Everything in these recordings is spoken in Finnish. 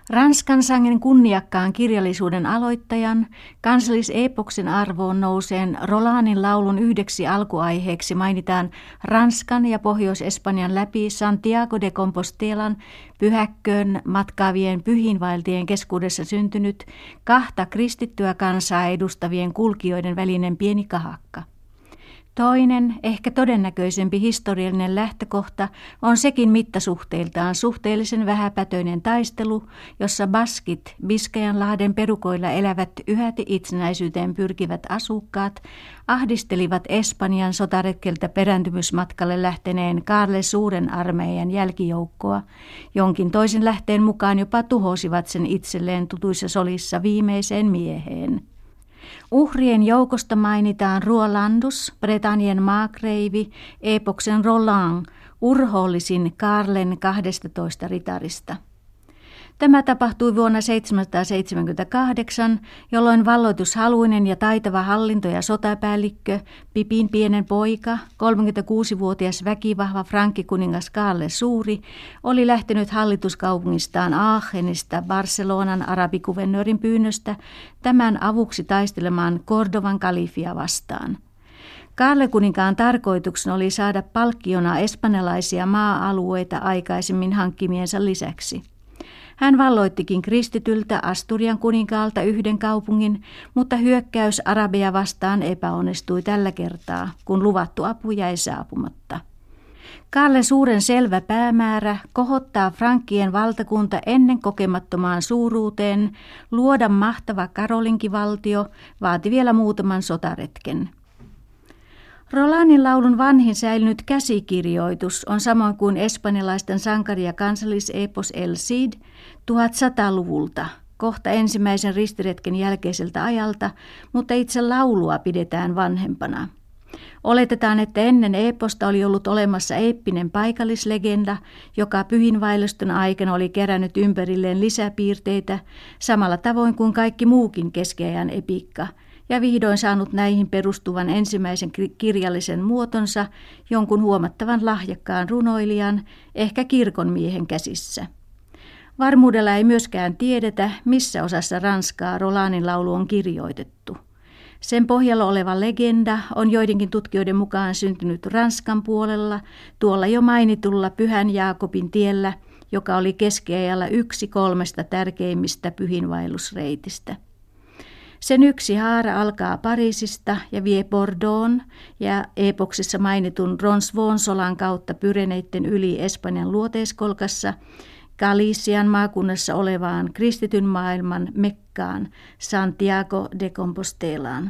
Ranskan sangen kunniakkaan kirjallisuuden aloittajan, kansalliseepoksen arvoon nouseen Rolandin laulun yhdeksi alkuaiheeksi mainitaan Ranskan ja Pohjois-Espanjan läpi Santiago de Compostelan pyhäkköön matkaavien pyhiinvaeltajien keskuudessa syntynyt kahta kristittyä kansaa edustavien kulkijoiden välinen pieni kahakka. Toinen, ehkä todennäköisempi historiallinen lähtökohta on sekin mittasuhteiltaan suhteellisen vähäpätöinen taistelu, jossa baskit, Biskajanlahden perukoilla elävät yhäti itsenäisyyteen pyrkivät asukkaat, ahdistelivat Espanjan sotaretkeltä perääntymysmatkalle lähteneen Karle Suuren armeijan jälkijoukkoa, jonkin toisen lähteen mukaan jopa tuhosivat sen itselleen tutuissa solissa viimeiseen mieheen. Uhrien joukosta mainitaan Ruolandus, Bretagnen maakreivi, epoksen Roland, urhoollisin Karlen 12 ritarista. Tämä tapahtui vuonna 778, jolloin valloitushaluinen ja taitava hallinto- ja sotapäällikkö, Pipin pienen poika, 36-vuotias väkivahva frankkikuningas Karle Suuri, oli lähtenyt hallituskaupungistaan Aachenista Barcelonan arabikuvernöörin pyynnöstä tämän avuksi taistelemaan Cordovan kalifia vastaan. Karle-kuninkaan tarkoituksena oli saada palkkiona espanjalaisia maa-alueita aikaisemmin hankkimiensa lisäksi. Hän valloittikin kristityltä Asturian kuninkaalta yhden kaupungin, mutta hyökkäys arabeja vastaan epäonnistui tällä kertaa, kun luvattu apu jäi saapumatta. Karle Suuren selvä päämäärä kohottaa frankkien valtakunta ennen kokemattomaan suuruuteen, luoda mahtava karolinkivaltio, vaati vielä muutaman sotaretken. Rolandin laulun vanhin säilynyt käsikirjoitus on samoin kuin espanjalaisten sankari- ja kansallisepos El Cid 1100-luvulta, kohta ensimmäisen ristiretken jälkeiseltä ajalta, mutta itse laulua pidetään vanhempana. Oletetaan, että ennen eposta oli ollut olemassa eeppinen paikallislegenda, joka pyhinvaellustön aikana oli kerännyt ympärilleen lisäpiirteitä, samalla tavoin kuin kaikki muukin keskiajan epiikka, ja vihdoin saanut näihin perustuvan ensimmäisen kirjallisen muotonsa jonkun huomattavan lahjakkaan runoilijan, ehkä kirkonmiehen käsissä. Varmuudella ei myöskään tiedetä, missä osassa Ranskaa Rolandin laulu on kirjoitettu. Sen pohjalla oleva legenda on joidenkin tutkijoiden mukaan syntynyt Ranskan puolella, tuolla jo mainitulla Pyhän Jaakobin tiellä, joka oli keskiajalla yksi 3 tärkeimmistä pyhinvaellusreitistä. Sen yksi haara alkaa Pariisista ja vie Bordeaux'n ja epoksissa mainitun Roncesvalles-solan kautta Pyreneitten yli Espanjan luoteiskolkassa Galician maakunnassa olevaan kristityn maailman Mekkaan, Santiago de Compostelaan.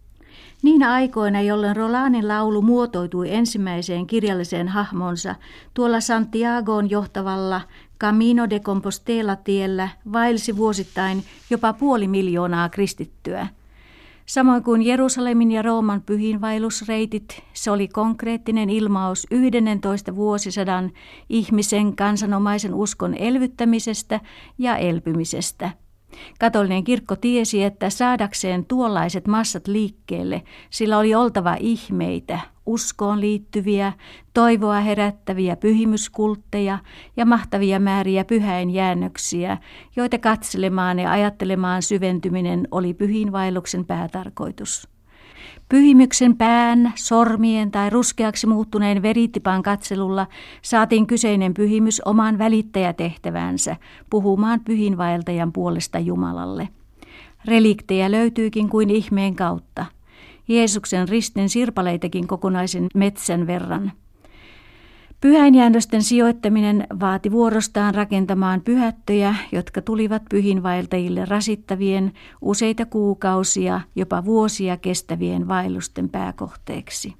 Niinä aikoina, jolloin Rolandin laulu muotoutui ensimmäiseen kirjalliseen hahmonsa, tuolla Santiagoon johtavalla Camino de Compostela-tiellä vaelsi vuosittain jopa 500 000 kristittyä. Samoin kuin Jerusalemin ja Rooman pyhiinvaellusreitit, se oli konkreettinen ilmaus 11 vuosisadan ihmisen kansanomaisen uskon elvyttämisestä ja elpymisestä. Katolinen kirkko tiesi, että saadakseen tuollaiset massat liikkeelle, sillä oli oltava ihmeitä, uskoon liittyviä, toivoa herättäviä pyhimyskultteja ja mahtavia määriä pyhäinjäännöksiä, joita katselemaan ja ajattelemaan syventyminen oli pyhiinvaelluksen päätarkoitus. Pyhimyksen pään, sormien tai ruskeaksi muuttuneen veritipan katselulla saatiin kyseinen pyhimys oman välittäjätehtävänsä puhumaan pyhiinvaeltajan puolesta Jumalalle. Reliktejä löytyykin kuin ihmeen kautta. Jeesuksen ristin sirpaleitakin kokonaisen metsän verran. Pyhäinjäännösten sijoittaminen vaati vuorostaan rakentamaan pyhättöjä, jotka tulivat pyhinvaeltajille rasittavien useita kuukausia, jopa vuosia kestävien vaellusten pääkohteeksi.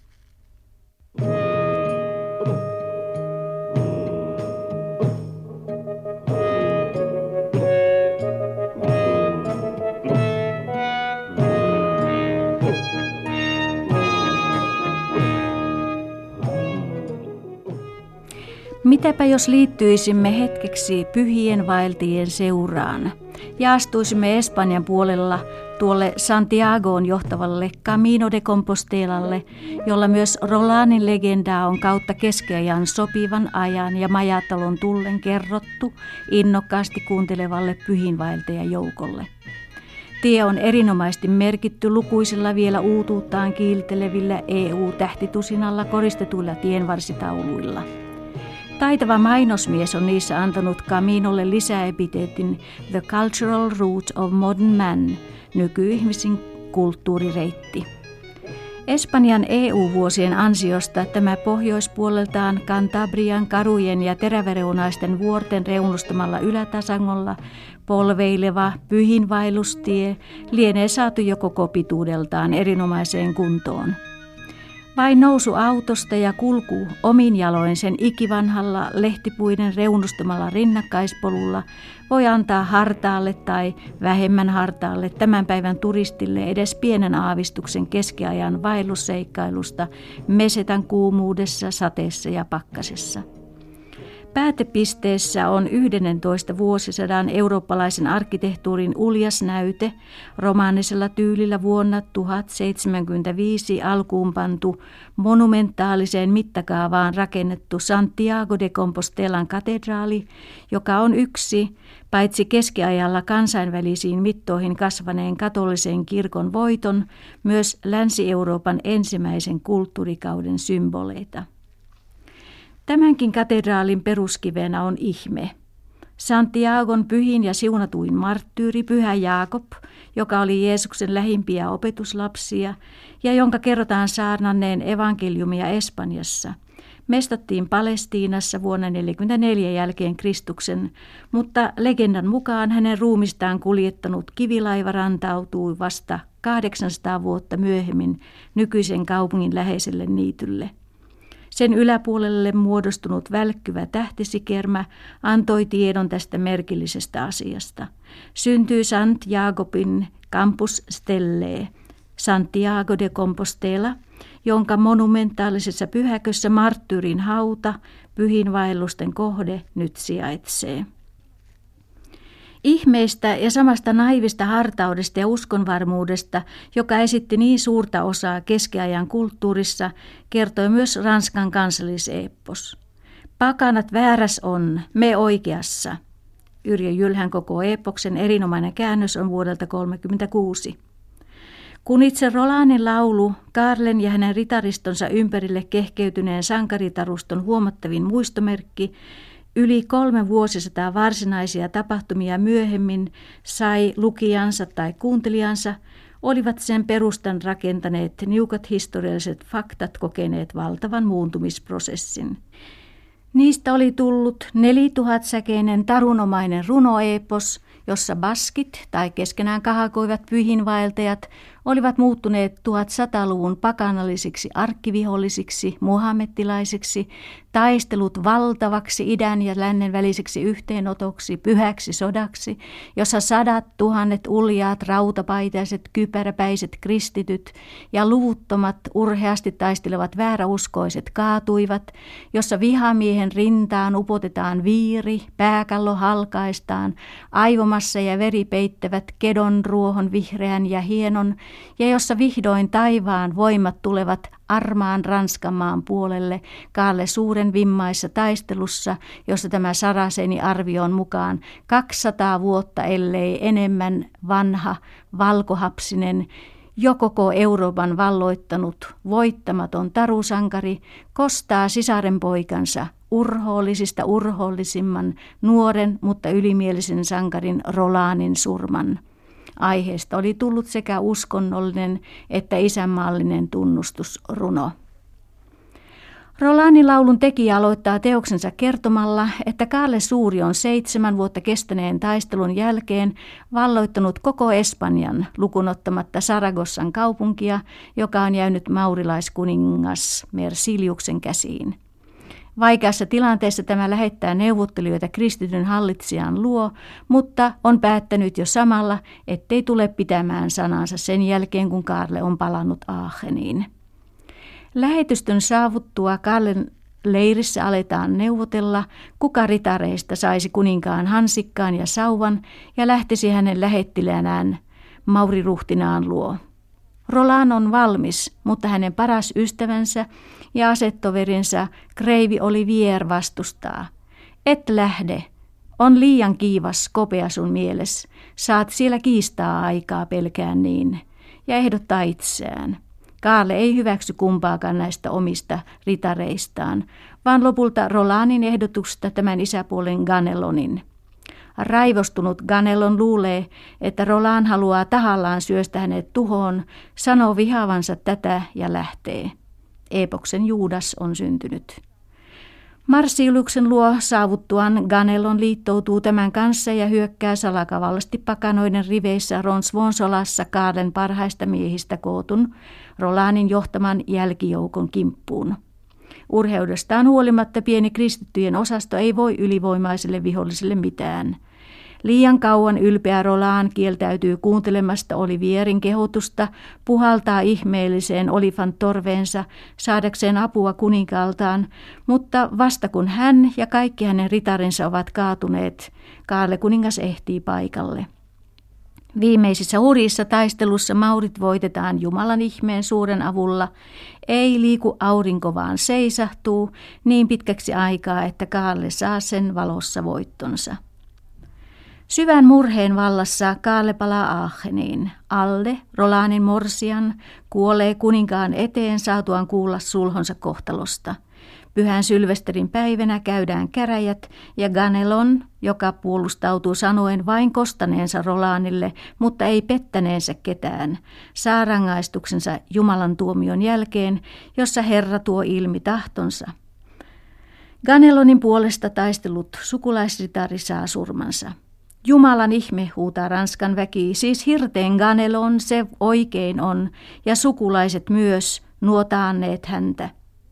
Mitäpä jos liittyisimme hetkeksi pyhien vaeltajien seuraan ja astuisimme Espanjan puolella tuolle Santiagoon johtavalle Camino de Compostelalle, jolla myös Rolanin legendaa on kautta keskiajan sopivan ajan ja majatalon tullen kerrottu innokkaasti kuuntelevalle pyhinvaeltajajoukolle. Tie on erinomaisesti merkitty lukuisilla vielä uutuuttaan kiiltelevillä EU-tähtitusinalla koristetuilla tienvarsitauluilla. Taitava mainosmies on niissä antanut Caminolle lisäepiteetin The Cultural Route of Modern Man, nykyihmisen kulttuurireitti. Espanjan EU-vuosien ansiosta tämä pohjoispuoleltaan Cantabrian karujen ja teräväreunaisten vuorten reunustamalla ylätasangolla polveileva pyhinvaellustie lienee saatu jo koko pituudeltaan erinomaiseen kuntoon. Vain nousu autosta ja kulku omin jaloin sen ikivanhalla lehtipuiden reunustamalla rinnakkaispolulla voi antaa hartaalle tai vähemmän hartaalle tämän päivän turistille edes pienen aavistuksen keskiajan vaellusseikkailusta mesetän kuumuudessa, sateessa ja pakkasessa. Päätepisteessä on 11 vuosisadan eurooppalaisen arkkitehtuurin uljas näyte, romaanisella tyylillä vuonna 1075 alkuun pantu monumentaaliseen mittakaavaan rakennettu Santiago de Compostelan katedraali, joka on yksi, paitsi keskiajalla kansainvälisiin mittoihin kasvaneen katolisen kirkon voiton, myös Länsi-Euroopan ensimmäisen kulttuurikauden symboleita. Tämänkin katedraalin peruskivenä on ihme. Santiagon pyhin ja siunatuin marttyyri Pyhä Jaakob, joka oli Jeesuksen lähimpiä opetuslapsia ja jonka kerrotaan saarnanneen evankeliumia Espanjassa, mestattiin Palestiinassa vuonna 44 jälkeen Kristuksen, mutta legendan mukaan hänen ruumistaan kuljettanut kivilaiva rantautui vasta 800 vuotta myöhemmin nykyisen kaupungin läheiselle niitylle. Sen yläpuolelle muodostunut välkkyvä tähtisikermä antoi tiedon tästä merkillisestä asiasta. Syntyi Santiagopin Campus Stellee, Santiago de Compostela, jonka monumentaalisessa pyhäkössä marttyyrin hauta, pyhinvaellusten kohde, nyt sijaitsee. Ihmeistä ja samasta naivista hartaudesta ja uskonvarmuudesta, joka esitti niin suurta osaa keskiajan kulttuurissa, kertoi myös Ranskan kansalliseeppos. Pakanat vääräs on, me oikeassa. Yrjö Jylhän koko eepoksen erinomainen käännös on vuodelta 1936. Kun itse Rolanin laulu, Karlen ja hänen ritaristonsa ympärille kehkeytyneen sankaritaruston huomattavin muistomerkki, yli 3 vuosisataa varsinaisia tapahtumia myöhemmin sai lukijansa tai kuuntelijansa, olivat sen perustan rakentaneet niukat historialliset faktat kokeneet valtavan muuntumisprosessin. Niistä oli tullut 4000-säkeinen tarunomainen runoepos, jossa baskit tai keskenään kahakoivat pyhinvaeltajat olivat muuttuneet 1100-luvun pakanallisiksi arkkivihollisiksi, muhammettilaisiksi, taistelut valtavaksi idän ja lännen väliseksi yhteenotoksi, pyhäksi sodaksi, jossa 100 000 uljaat, rautapaitaiset, kypäräpäiset kristityt ja luvuttomat urheasti taistelevat vääräuskoiset kaatuivat, jossa vihamiehen rintaan upotetaan viiri, pääkallo halkaistaan, aivomassa ja veri peittävät kedon, ruohon, vihreän ja hienon, ja jossa vihdoin taivaan voimat tulevat armaan Ranskanmaan puolelle Kaalle suuren vimmaissa taistelussa, jossa tämä Saraseni arvion mukaan 200 vuotta ellei enemmän vanha, valkohapsinen, jo koko Euroopan valloittanut, voittamaton tarusankari kostaa sisarenpoikansa urhoollisista urhoollisimman, nuoren, mutta ylimielisen sankarin Rolanin surman. Aiheesta oli tullut sekä uskonnollinen että isänmaallinen tunnustusruno. Rolanin laulun tekijä aloittaa teoksensa kertomalla, että Kaarle Suuri on 7 vuotta kestäneen taistelun jälkeen valloittanut koko Espanjan lukunottamatta Saragossan kaupunkia, joka on jäänyt maurilaiskuningas Mersiliuksen käsiin. Vaikeassa tilanteessa tämä lähettää neuvottelijoita kristityn hallitsijan luo, mutta on päättänyt jo samalla, ettei tule pitämään sanansa sen jälkeen, kun Kaarle on palannut Aacheniin. Lähetystön saavuttua Kaarlen leirissä aletaan neuvotella, kuka ritareista saisi kuninkaan hansikkaan ja sauvan ja lähtisi hänen lähettiläänään Mauriruhtinaan luo. Roland on valmis, mutta hänen paras ystävänsä ja asettoverinsa kreivi Olivier vastustaa. Et lähde, on liian kiivas kopea sun mieles, saat siellä kiistaa aikaa pelkään niin, ja ehdottaa itseään. Kaarle ei hyväksy kumpaakaan näistä omista ritareistaan, vaan lopulta Rolandin ehdotusta tämän isäpuolen Ganelonin. Raivostunut Ganelon luulee, että Roland haluaa tahallaan syöstä hänet tuhoon, sanoo vihaavansa tätä ja lähtee. Epoksen Juudas on syntynyt. Marsiuluksen luo saavuttuaan Ganelon liittoutuu tämän kanssa ja hyökkää salakavallasti pakanoiden riveissä Ronsvonsolassa Kaarlen parhaista miehistä kootun Rolandin johtaman jälkijoukon kimppuun. Urheudestaan huolimatta pieni kristittyjen osasto ei voi ylivoimaiselle viholliselle mitään. Liian kauan ylpeä Roland kieltäytyy kuuntelemasta Olivierin kehotusta, puhaltaa ihmeelliseen Olifant torveensa saadakseen apua kuninkaaltaan, mutta vasta kun hän ja kaikki hänen ritarinsa ovat kaatuneet, Kaarle kuningas ehtii paikalle. Viimeisissä hurjissa taistelussa Maurit voitetaan Jumalan ihmeen suuren avulla. Ei liiku aurinko, vaan seisahtuu niin pitkäksi aikaa, että Kaarle saa sen valossa voittonsa. Syvän murheen vallassa Kaarle palaa Aacheniin. Alde, Rolandin morsian, kuolee kuninkaan eteen saatuaan kuulla sulhonsa kohtalosta. Pyhän Sylvesterin päivänä käydään käräjät ja Ganelon, joka puolustautuu sanoen vain kostaneensa Rolandille, mutta ei pettäneensä ketään, saa rangaistuksensa Jumalan tuomion jälkeen, jossa Herra tuo ilmi tahtonsa. Ganelonin puolesta taistellut sukulaisritari saa surmansa. Jumalan ihme, huutaa Ranskan väki, siis hirteen Ganelon se oikein on, ja sukulaiset myös nuo taanneet häntä.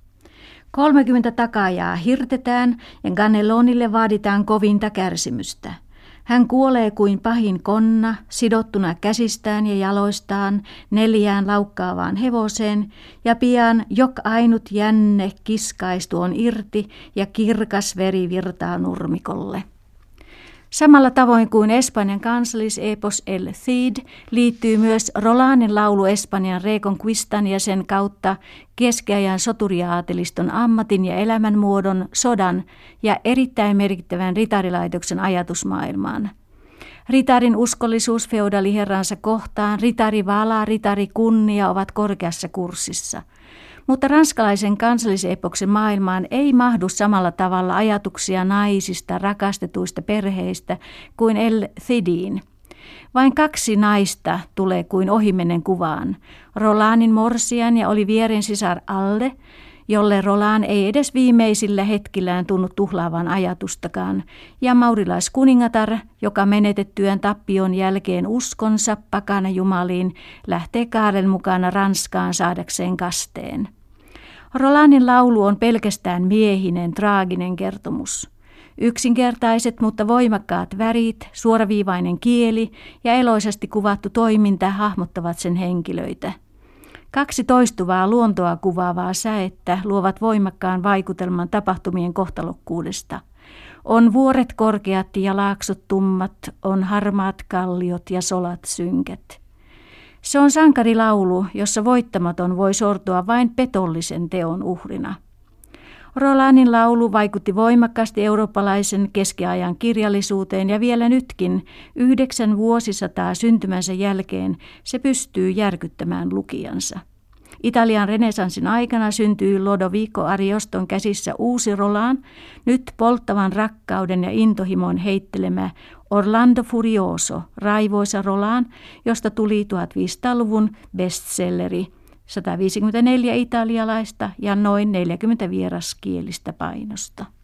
30 takaajaa hirtetään ja Ganelonille vaaditaan kovinta kärsimystä. Hän kuolee kuin pahin konna, sidottuna käsistään ja jaloistaan 4 laukkaavaan hevoseen, ja pian jok ainut jänne kiskaistu on irti ja kirkas veri virtaa nurmikolle. Samalla tavoin kuin Espanjan kansallisepos El Cid liittyy myös Rolandin laulu Espanjan Reconquistan ja sen kautta keskiajan soturiaateliston ammatin ja elämänmuodon, sodan ja erittäin merkittävän ritarilaitoksen ajatusmaailmaan. Ritarin uskollisuus feodaliherransa kohtaan, ritarivala, ritarikunnia ovat korkeassa kurssissa. Mutta ranskalaisen kansallisepoksen maailmaan ei mahdu samalla tavalla ajatuksia naisista, rakastetuista perheistä kuin El Cidiin. Vain 2 naista tulee kuin ohimennen kuvaan. Rolandin morsian ja Olivierin sisar Alde, jolle Roland ei edes viimeisillä hetkillään tunnu tuhlaavan ajatustakaan, ja maurilaiskuningatar, joka menetettyään tappion jälkeen uskonsa pakana jumaliin, lähtee Kaarlen mukana Ranskaan saadakseen kasteen. Rolandin laulu on pelkästään miehinen, traaginen kertomus. Yksinkertaiset, mutta voimakkaat värit, suoraviivainen kieli ja eloisasti kuvattu toiminta hahmottavat sen henkilöitä. 2 toistuvaa luontoa kuvaavaa säettä luovat voimakkaan vaikutelman tapahtumien kohtalokkuudesta. On vuoret korkeat ja laaksot tummat, on harmaat kalliot ja solat synkät. Se on sankarilaulu, jossa voittamaton voi sortua vain petollisen teon uhrina. Rolandin laulu vaikutti voimakkaasti eurooppalaisen keskiajan kirjallisuuteen ja vielä nytkin 9 vuosisataa syntymänsä jälkeen se pystyy järkyttämään lukijansa. Italian renessanssin aikana syntyi Lodovico Arioston käsissä uusi Roland, nyt polttavan rakkauden ja intohimon heittelemä Orlando Furioso, raivoisa Roland, josta tuli 1500-luvun bestselleri, 154 italialaista ja noin 40 vieraskielistä painosta.